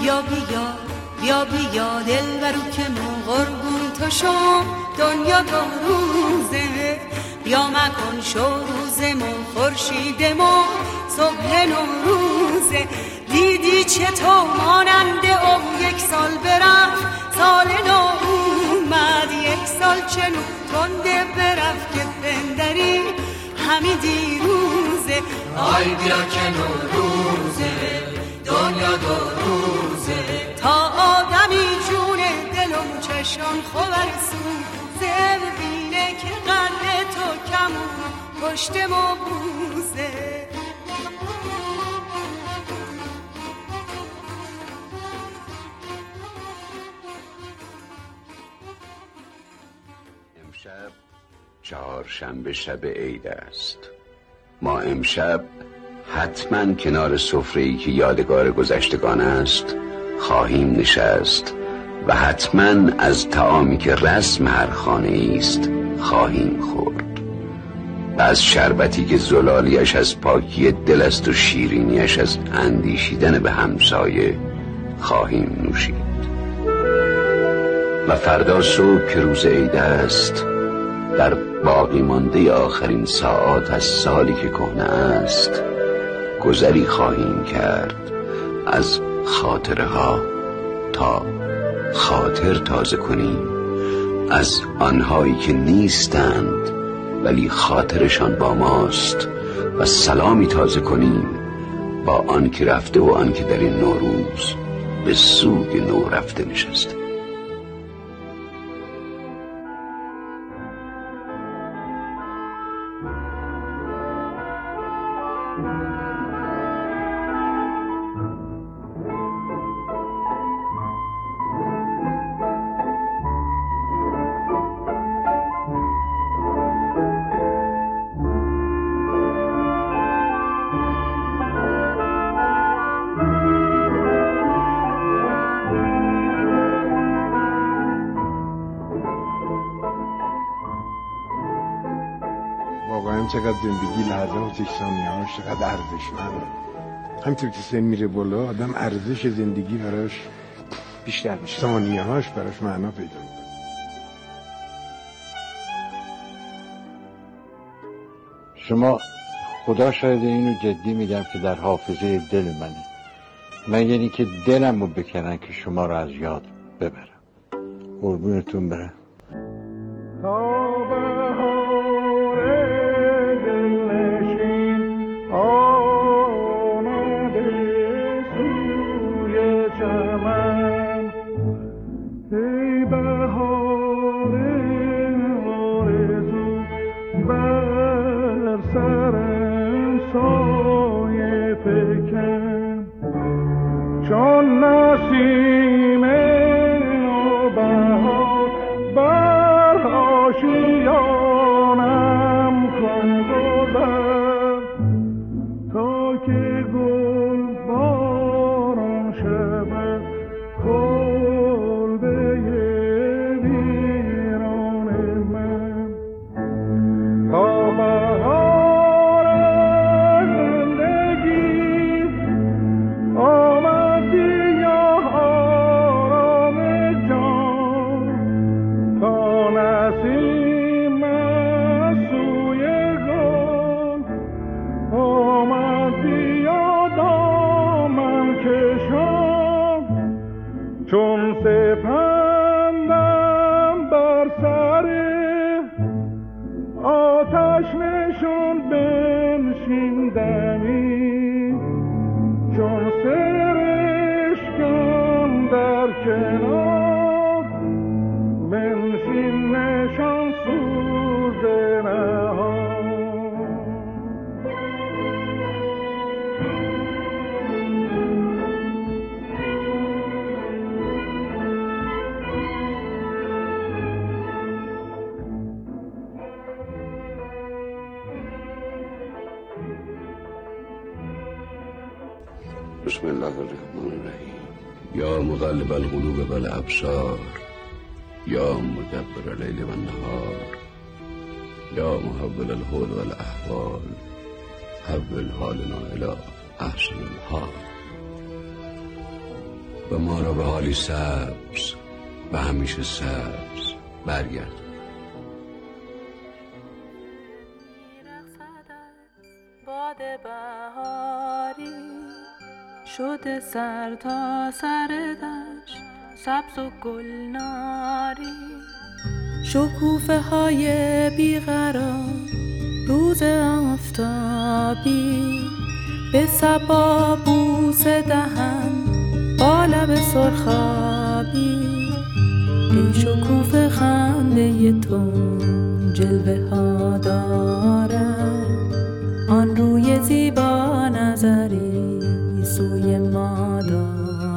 بیا بیا بیا بیا دلبرو که ما قربون تو شم دنیا دو روزه بیا مکن شو روزمون خورشیدمون صبح نوروزه دیدی چطور ماننده او یک سال برفت سال نو اومد یک سال چنو تنده برفت که بندری همین دیروزه آی بیا که نوروزه دنیا دو روزه تا آدمی جونه دلم چشم خبر سوزه ببینه که قلب تو کمون پشت ما بوزه امشب چهارشنبه شب عید است. ما امشب حتما کنار سفره‌ای که یادگار گذشتگان است خواهیم نشست و حتما از طعامی که رسم هر خانه است خواهیم خورد و از شربتی که زلالیش از پاکی دل است و شیرینیش از اندیشیدن به همسایه خواهیم نوشید و فردا صبح که روز عید است در باقی مانده آخرین ساعات از سالی که کهنه است گذری خواهیم کرد از خاطره ها تا خاطر تازه کنیم از آنهایی که نیستند ولی خاطرشان با ماست و سلامی تازه کنیم با آن که رفته و آن که در این نوروز به سوگ نو رفته نشسته. چقدر زندگی لحظاتش ثانیه‌هاش چقدر ارزشمنده. همینطور که سن میره بالا آدم ارزش زندگی براش بیشتر میشه، ثانیه‌هاش براش معنا پیدا میکنه. شما خدا شاید اینو جدی میگم که در حافظه دل منه. من یعنی که دلم رو بکنن که شما رو از یاد ببرم. قربونتون برم. بسم الله الرحمن الرحیم. یا مقلب القلوب والابصار یا مدبر اللیل والنهار یا محول الحول والاحوال حول حالنا الی احسن الحال. و ما را به حالی سبز و همیشه سبز برگرد. باد بهاری شده سر تا سر دشت، سبز و گلناری، شکوفه های بیقرار، روز آفتابی به صبا بوسه دهن با لب سرخابی. این شکوفه خنده تو جلوه ها داره، آن روی زیبا نظری سوی ما داره.